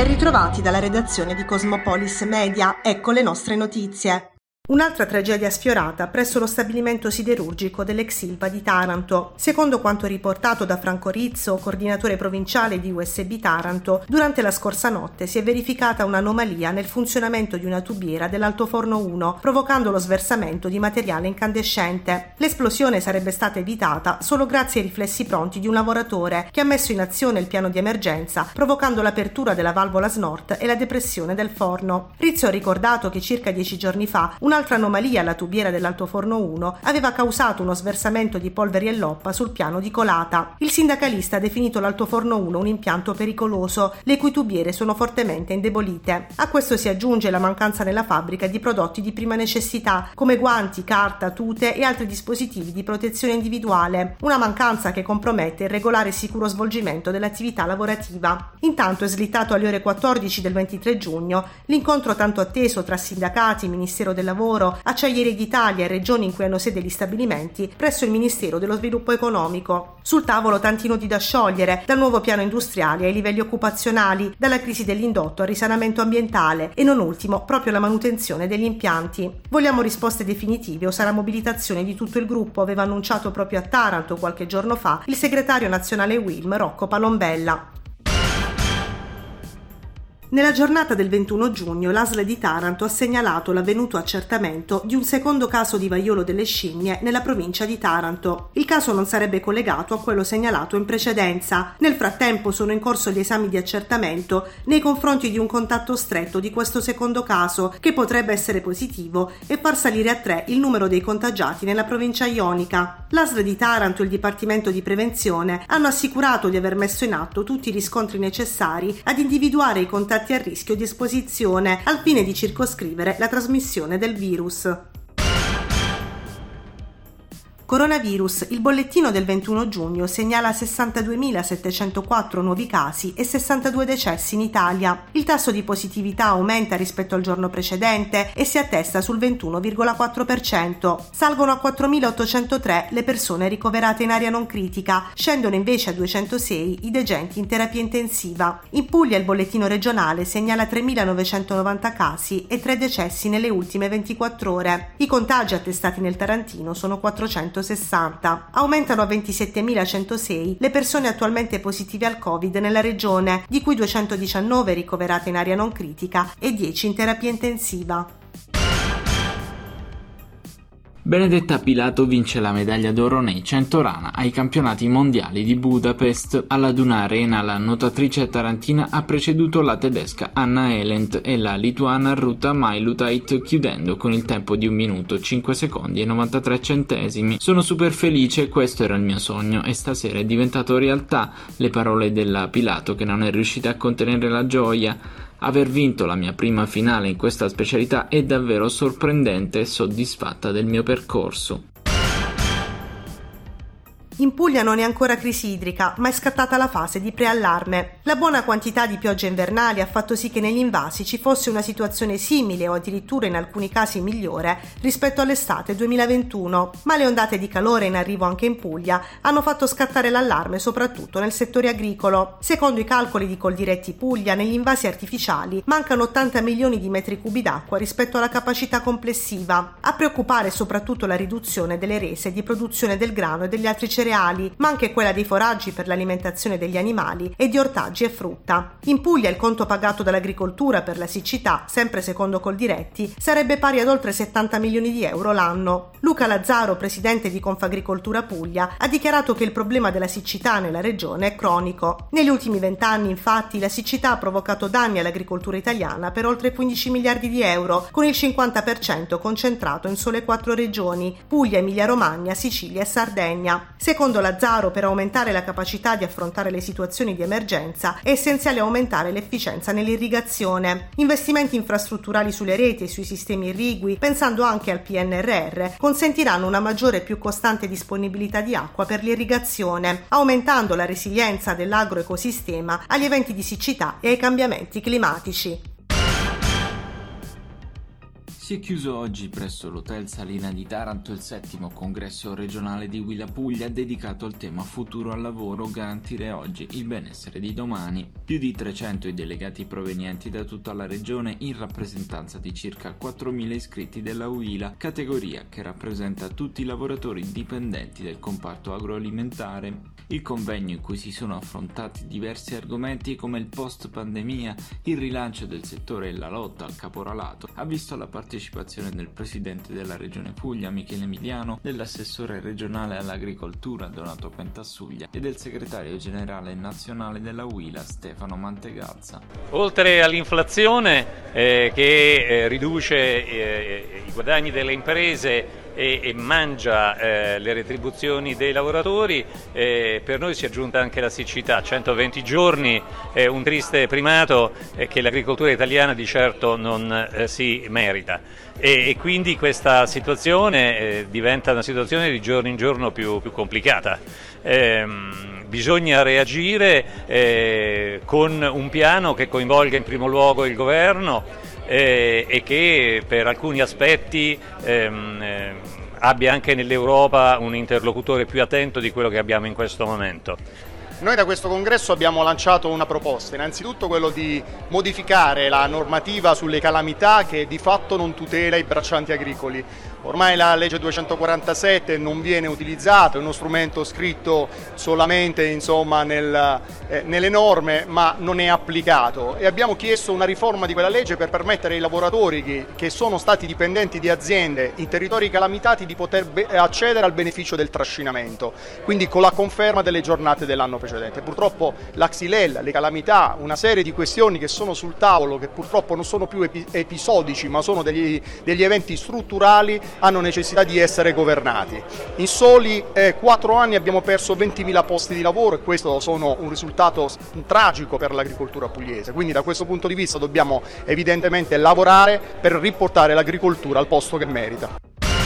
Ben ritrovati dalla redazione di Cosmopolis Media, ecco le nostre notizie. Un'altra tragedia sfiorata presso lo stabilimento siderurgico dell'ex Ilva di Taranto. Secondo quanto riportato da Franco Rizzo, coordinatore provinciale di USB Taranto, durante la scorsa notte si è verificata un'anomalia nel funzionamento di una tubiera dell'altoforno 1, provocando lo sversamento di materiale incandescente. L'esplosione sarebbe stata evitata solo grazie ai riflessi pronti di un lavoratore che ha messo in azione il piano di emergenza, provocando l'apertura della valvola snort e la depressione del forno. Rizzo ha ricordato che circa 10 giorni fa un'altra anomalia alla tubiera dell'altoforno 1 aveva causato uno sversamento di polveri e loppa sul piano di colata. Il sindacalista ha definito l'altoforno 1 un impianto pericoloso, le cui tubiere sono fortemente indebolite. A questo si aggiunge la mancanza nella fabbrica di prodotti di prima necessità, come guanti, carta, tute e altri dispositivi di protezione individuale, una mancanza che compromette il regolare e sicuro svolgimento dell'attività lavorativa. Intanto è slittato alle ore 14 del 23 giugno l'incontro tanto atteso tra sindacati, Ministero del Lavoro, Acciaierie d'Italia e regioni in cui hanno sede gli stabilimenti presso il Ministero dello Sviluppo Economico. Sul tavolo tanti nodi da sciogliere, dal nuovo piano industriale ai livelli occupazionali, dalla crisi dell'indotto al risanamento ambientale e non ultimo proprio la manutenzione degli impianti. Vogliamo risposte definitive o sarà mobilitazione di tutto il gruppo, aveva annunciato proprio a Taranto qualche giorno fa il segretario nazionale UILM Rocco Palombella. Nella giornata del 21 giugno l'ASL di Taranto ha segnalato l'avvenuto accertamento di un secondo caso di vaiolo delle scimmie nella provincia di Taranto. Il caso non sarebbe collegato a quello segnalato in precedenza. Nel frattempo sono in corso gli esami di accertamento nei confronti di un contatto stretto di questo secondo caso, che potrebbe essere positivo e far salire a 3 il numero dei contagiati nella provincia ionica. L'ASL di Taranto e il Dipartimento di Prevenzione hanno assicurato di aver messo in atto tutti i riscontri necessari ad individuare i contatti a rischio di esposizione al fine di circoscrivere la trasmissione del virus. Coronavirus. Il bollettino del 21 giugno segnala 62.704 nuovi casi e 62 decessi in Italia. Il tasso di positività aumenta rispetto al giorno precedente e si attesta sul 21,4%. Salgono a 4.803 le persone ricoverate in area non critica, scendono invece a 206 i degenti in terapia intensiva. In Puglia il bollettino regionale segnala 3.990 casi e 3 decessi nelle ultime 24 ore. I contagi attestati nel Tarantino sono 460. Aumentano a 27.106 le persone attualmente positive al Covid nella regione, di cui 219 ricoverate in area non critica e 10 in terapia intensiva. Benedetta Pilato vince la medaglia d'oro nei 100 rana ai campionati mondiali di Budapest. Alla Duna Arena la nuotatrice tarantina ha preceduto la tedesca Anna Elent e la lituana Ruta Mailutait, chiudendo con il tempo di 1 minuto 5 secondi e 93 centesimi. Sono super felice, questo era il mio sogno e stasera è diventato realtà. Le parole della Pilato, che non è riuscita a contenere la gioia. Aver vinto la mia prima finale in questa specialità è davvero sorprendente e soddisfatta del mio percorso. In Puglia non è ancora crisi idrica, ma è scattata la fase di preallarme. La buona quantità di piogge invernali ha fatto sì che negli invasi ci fosse una situazione simile o addirittura in alcuni casi migliore rispetto all'estate 2021, ma le ondate di calore in arrivo anche in Puglia hanno fatto scattare l'allarme soprattutto nel settore agricolo. Secondo i calcoli di Coldiretti Puglia, negli invasi artificiali mancano 80 milioni di metri cubi d'acqua rispetto alla capacità complessiva. A preoccupare soprattutto la riduzione delle rese di produzione del grano e degli altri cereali, ma anche quella dei foraggi per l'alimentazione degli animali e di ortaggi e frutta. In Puglia il conto pagato dall'agricoltura per la siccità, sempre secondo Coldiretti, sarebbe pari ad oltre 70 milioni di euro l'anno. Luca Lazzaro, presidente di Confagricoltura Puglia, ha dichiarato che il problema della siccità nella regione è cronico. Negli ultimi 20 anni, infatti, la siccità ha provocato danni all'agricoltura italiana per oltre 15 miliardi di euro, con il 50% concentrato in sole 4 regioni: Puglia, Emilia-Romagna, Sicilia e Sardegna. Secondo Lazzaro, per aumentare la capacità di affrontare le situazioni di emergenza è essenziale aumentare l'efficienza nell'irrigazione. Investimenti infrastrutturali sulle reti e sui sistemi irrigui, pensando anche al PNRR, consentiranno una maggiore e più costante disponibilità di acqua per l'irrigazione, aumentando la resilienza dell'agroecosistema agli eventi di siccità e ai cambiamenti climatici. Si è chiuso oggi presso l'Hotel Salina di Taranto il 7° congresso regionale di Huila Puglia dedicato al tema Futuro al lavoro, garantire oggi il benessere di domani. Più di 300 i delegati provenienti da tutta la regione in rappresentanza di circa 4.000 iscritti della Huila, categoria che rappresenta tutti i lavoratori dipendenti del comparto agroalimentare. Il convegno, in cui si sono affrontati diversi argomenti come il post-pandemia, il rilancio del settore e la lotta al caporalato, ha visto la partecipazione del presidente della regione Puglia Michele Emiliano, dell'assessore regionale all'agricoltura Donato Pentassuglia e del segretario generale nazionale della Huila Stefano Mantegazza. Oltre all'inflazione che riduce i guadagni delle imprese e mangia le retribuzioni dei lavoratori, per noi si è aggiunta anche la siccità. 120 giorni è un triste primato che l'agricoltura italiana di certo non si merita, e quindi questa situazione diventa una situazione di giorno in giorno più complicata. Bisogna reagire con un piano che coinvolga in primo luogo il governo e che per alcuni aspetti abbia anche nell'Europa un interlocutore più attento di quello che abbiamo in questo momento. Noi da questo congresso abbiamo lanciato una proposta, innanzitutto quello di modificare la normativa sulle calamità che di fatto non tutela i braccianti agricoli. Ormai la legge 247 non viene utilizzato, è uno strumento scritto solamente nelle norme, ma non è applicato, e abbiamo chiesto una riforma di quella legge per permettere ai lavoratori che sono stati dipendenti di aziende in territori calamitati di poter accedere al beneficio del trascinamento, quindi con la conferma delle giornate dell'anno precedente. Purtroppo la Xylella, le calamità, una serie di questioni che sono sul tavolo, che purtroppo non sono più episodici ma sono degli eventi strutturali, hanno necessità di essere governati. In soli 4 anni abbiamo perso 20.000 posti di lavoro, e questo sono un risultato tragico per l'agricoltura pugliese, quindi da questo punto di vista dobbiamo evidentemente lavorare per riportare l'agricoltura al posto che merita.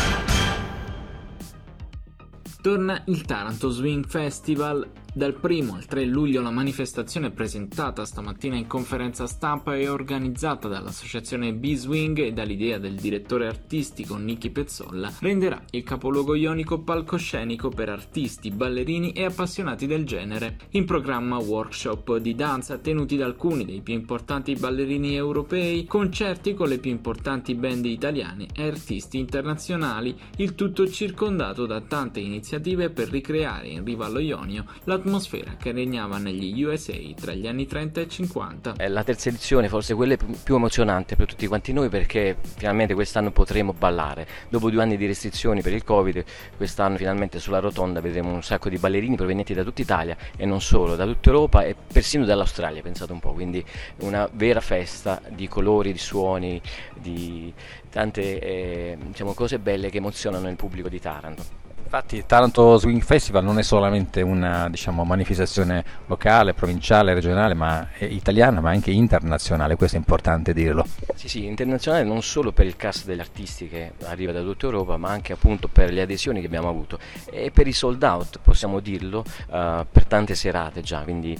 Torna il Taranto Swing Festival. Dal 1 al 3 luglio la manifestazione presentata stamattina in conferenza stampa e organizzata dall'associazione B-Swing e dall'idea del direttore artistico Nicky Pezzolla renderà il capoluogo ionico palcoscenico per artisti, ballerini e appassionati del genere. In programma workshop di danza tenuti da alcuni dei più importanti ballerini europei, concerti con le più importanti band italiane e artisti internazionali, il tutto circondato da tante iniziative per ricreare in riva allo Ionio l'atmosfera che regnava negli USA tra gli anni 30 e 50. La terza edizione forse quella più emozionante per tutti quanti noi, perché finalmente quest'anno potremo ballare. Dopo 2 anni di restrizioni per il Covid, quest'anno finalmente sulla rotonda vedremo un sacco di ballerini provenienti da tutta Italia e non solo, da tutta Europa e persino dall'Australia, pensate un po', quindi una vera festa di colori, di suoni, di tante cose belle che emozionano il pubblico di Taranto. Infatti Taranto Swing Festival non è solamente una manifestazione locale, provinciale, regionale, ma è italiana, ma anche internazionale, questo è importante dirlo. Sì, internazionale non solo per il cast degli artisti che arriva da tutta Europa, ma anche appunto per le adesioni che abbiamo avuto e per i sold out, possiamo dirlo, per tante serate già, quindi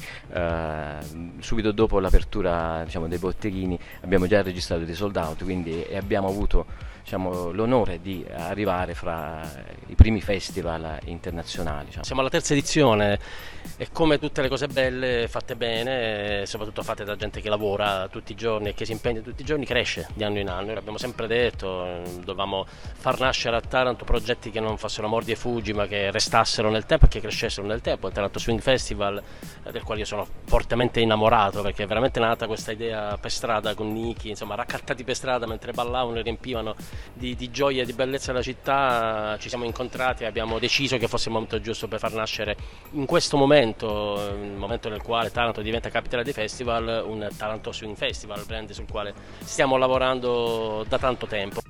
subito dopo l'apertura dei botteghini abbiamo già registrato dei sold out, quindi abbiamo avuto l'onore di arrivare fra i primi festival internazionali. Siamo alla terza edizione e come tutte le cose belle fatte bene, soprattutto fatte da gente che lavora tutti i giorni e che si impegna tutti i giorni, cresce di anno in anno. Noi l'abbiamo sempre detto, dovevamo far nascere a Taranto progetti che non fossero mordi e fuggi, ma che restassero nel tempo e che crescessero nel tempo. Il Taranto Swing Festival, del quale io sono fortemente innamorato, perché è veramente nata questa idea per strada con Nicky, raccattati per strada mentre ballavano e riempivano di gioia e di bellezza la città. Ci siamo incontrati e abbiamo deciso che fosse il momento giusto per far nascere in questo momento, il momento nel quale Taranto diventa capitale dei festival, un Taranto Swing Festival, brand sul quale stiamo lavorando da tanto tempo.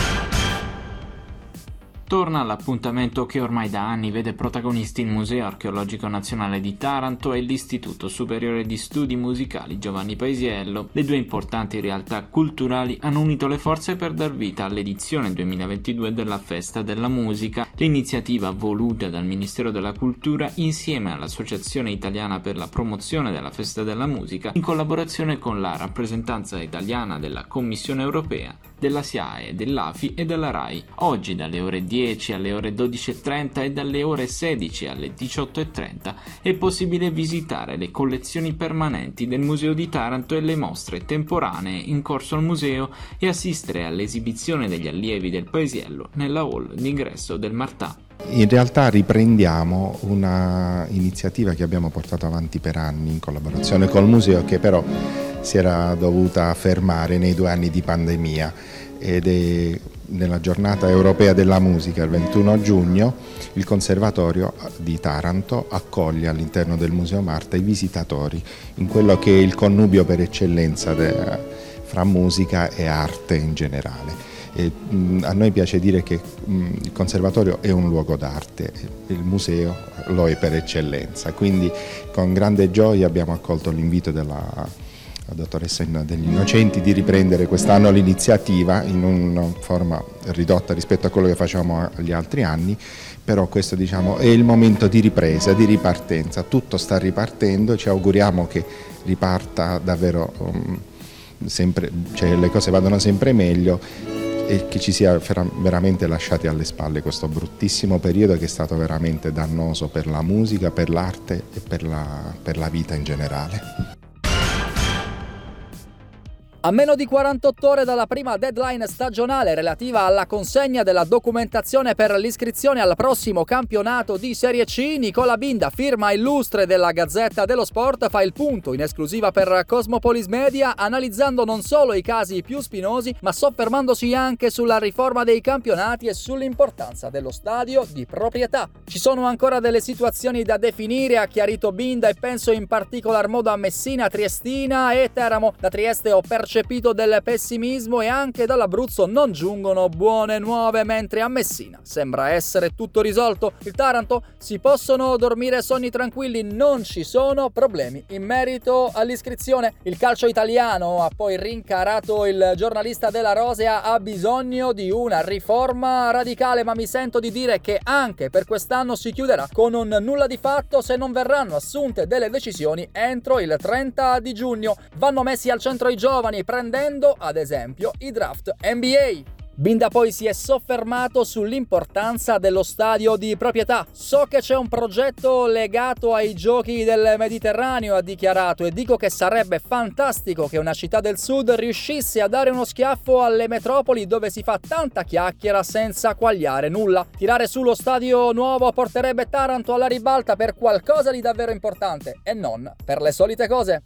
Torna l'appuntamento che ormai da anni vede protagonisti il Museo Archeologico Nazionale di Taranto e l'Istituto Superiore di Studi Musicali Giovanni Paisiello. Le due importanti realtà culturali hanno unito le forze per dar vita all'edizione 2022 della Festa della Musica, l'iniziativa voluta dal Ministero della Cultura insieme all'Associazione Italiana per la Promozione della Festa della Musica, in collaborazione con la rappresentanza italiana della Commissione Europea. della SIAE, dell'AFI e della RAI. Oggi dalle ore 10 alle ore 12.30 e dalle ore 16 alle 18.30 è possibile visitare le collezioni permanenti del Museo di Taranto e le mostre temporanee in corso al museo e assistere all'esibizione degli allievi del paesiello nella hall d'ingresso del Martà. In realtà riprendiamo una iniziativa che abbiamo portato avanti per anni in collaborazione col museo, che però si era dovuta fermare nei 2 anni di pandemia, ed è nella giornata europea della musica, il 21 giugno, il Conservatorio di Taranto accoglie all'interno del Museo Marta i visitatori in quello che è il connubio per eccellenza fra musica e arte in generale. A noi piace dire che il Conservatorio è un luogo d'arte, il museo lo è per eccellenza, quindi con grande gioia abbiamo accolto l'invito della dottoressa degli Innocenti di riprendere quest'anno l'iniziativa in una forma ridotta rispetto a quello che facevamo gli altri anni, però questo è il momento di ripresa, di ripartenza, tutto sta ripartendo, ci auguriamo che riparta davvero sempre, cioè le cose vadano sempre meglio e che ci sia veramente lasciati alle spalle questo bruttissimo periodo che è stato veramente dannoso per la musica, per l'arte e per la vita in generale. A meno di 48 ore dalla prima deadline stagionale relativa alla consegna della documentazione per l'iscrizione al prossimo campionato di Serie C, Nicola Binda, firma illustre della Gazzetta dello Sport, fa il punto in esclusiva per Cosmopolis Media, analizzando non solo i casi più spinosi, ma soffermandosi anche sulla riforma dei campionati e sull'importanza dello stadio di proprietà. Ci sono ancora delle situazioni da definire, ha chiarito Binda, e penso in particolar modo a Messina, Triestina e Teramo. Da Trieste ho percepito del pessimismo e anche dall'Abruzzo non giungono buone nuove, mentre a Messina sembra essere tutto risolto. Il Taranto: si possono dormire sonni tranquilli, non ci sono problemi in merito all'iscrizione. Il calcio italiano, ha poi rincarato il giornalista della Rosea, ha bisogno di una riforma radicale, ma mi sento di dire che anche per quest'anno si chiuderà con un nulla di fatto se non verranno assunte delle decisioni entro il 30 di giugno. Vanno messi al centro i giovani, prendendo ad esempio i draft NBA. Binda poi si è soffermato sull'importanza dello stadio di proprietà. So che c'è un progetto legato ai giochi del Mediterraneo, ha dichiarato, e dico che sarebbe fantastico che una città del sud riuscisse a dare uno schiaffo alle metropoli dove si fa tanta chiacchiera senza quagliare nulla. Tirare su lo stadio nuovo porterebbe Taranto alla ribalta per qualcosa di davvero importante e non per le solite cose.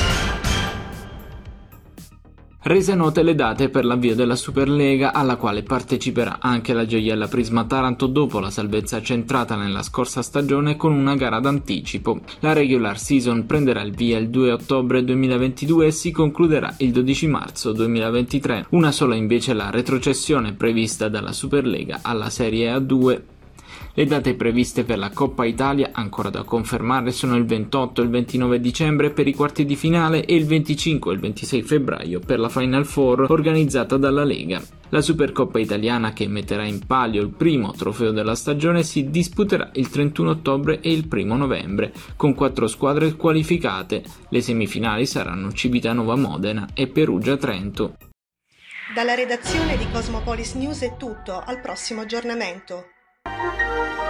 Rese note le date per l'avvio della Superlega, alla quale parteciperà anche la gioiella Prisma Taranto dopo la salvezza centrata nella scorsa stagione con una gara d'anticipo. La regular season prenderà il via il 2 ottobre 2022 e si concluderà il 12 marzo 2023. Una sola invece la retrocessione prevista dalla Superlega alla Serie A2. Le date previste per la Coppa Italia, ancora da confermare, sono il 28 e il 29 dicembre per i quarti di finale e il 25 e il 26 febbraio per la Final Four organizzata dalla Lega. La Supercoppa Italiana, che metterà in palio il primo trofeo della stagione, si disputerà il 31 ottobre e il 1 novembre, con 4 squadre qualificate. Le semifinali saranno Civitanova Modena e Perugia Trento. Dalla redazione di Cosmopolis News è tutto, al prossimo aggiornamento.